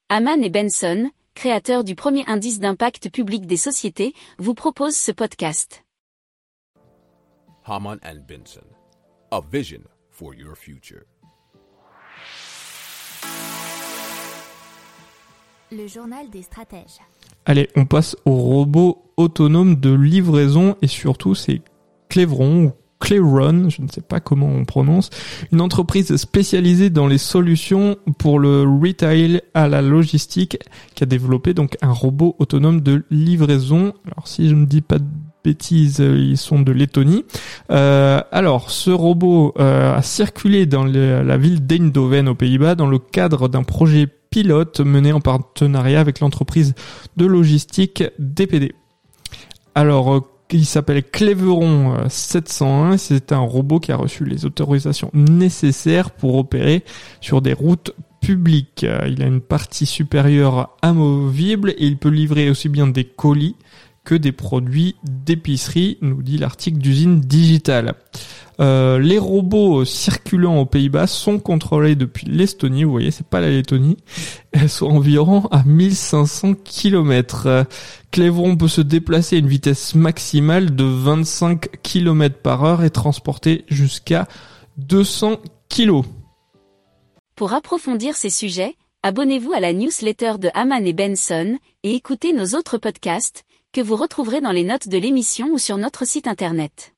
Hamann et Benson, créateurs du premier indice d'impact public des sociétés, vous proposent ce podcast. Hamann and Benson, a vision for your future. Le journal des stratèges. Allez, on passe aux robots autonomes de livraison et surtout c'est Cleveron ou Cleveron, je ne sais pas comment on prononce, une entreprise spécialisée dans les solutions pour le retail à la logistique qui a développé donc un robot autonome de livraison. Alors si je ne dis pas de bêtises, ils sont de Lettonie. Alors ce robot a circulé dans la ville d'Eindhoven aux Pays-Bas dans le cadre d'un projet pilote mené en partenariat avec l'entreprise de logistique DPD. Alors il s'appelle Cleveron 701, c'est un robot qui a reçu les autorisations nécessaires pour opérer sur des routes publiques. Il a une partie supérieure amovible et il peut livrer aussi bien des colis que des produits d'épicerie, nous dit l'article d'Usine Digitale. Les robots circulant aux Pays-Bas sont contrôlés depuis l'Estonie, vous voyez, c'est pas la Lettonie. Elles sont environ à 1500 km. Cleveron peut se déplacer à une vitesse maximale de 25 km par heure et transporter jusqu'à 200 kg. Pour approfondir ces sujets, abonnez-vous à la newsletter de Hamann et Benson et écoutez nos autres podcasts que vous retrouverez dans les notes de l'émission ou sur notre site internet.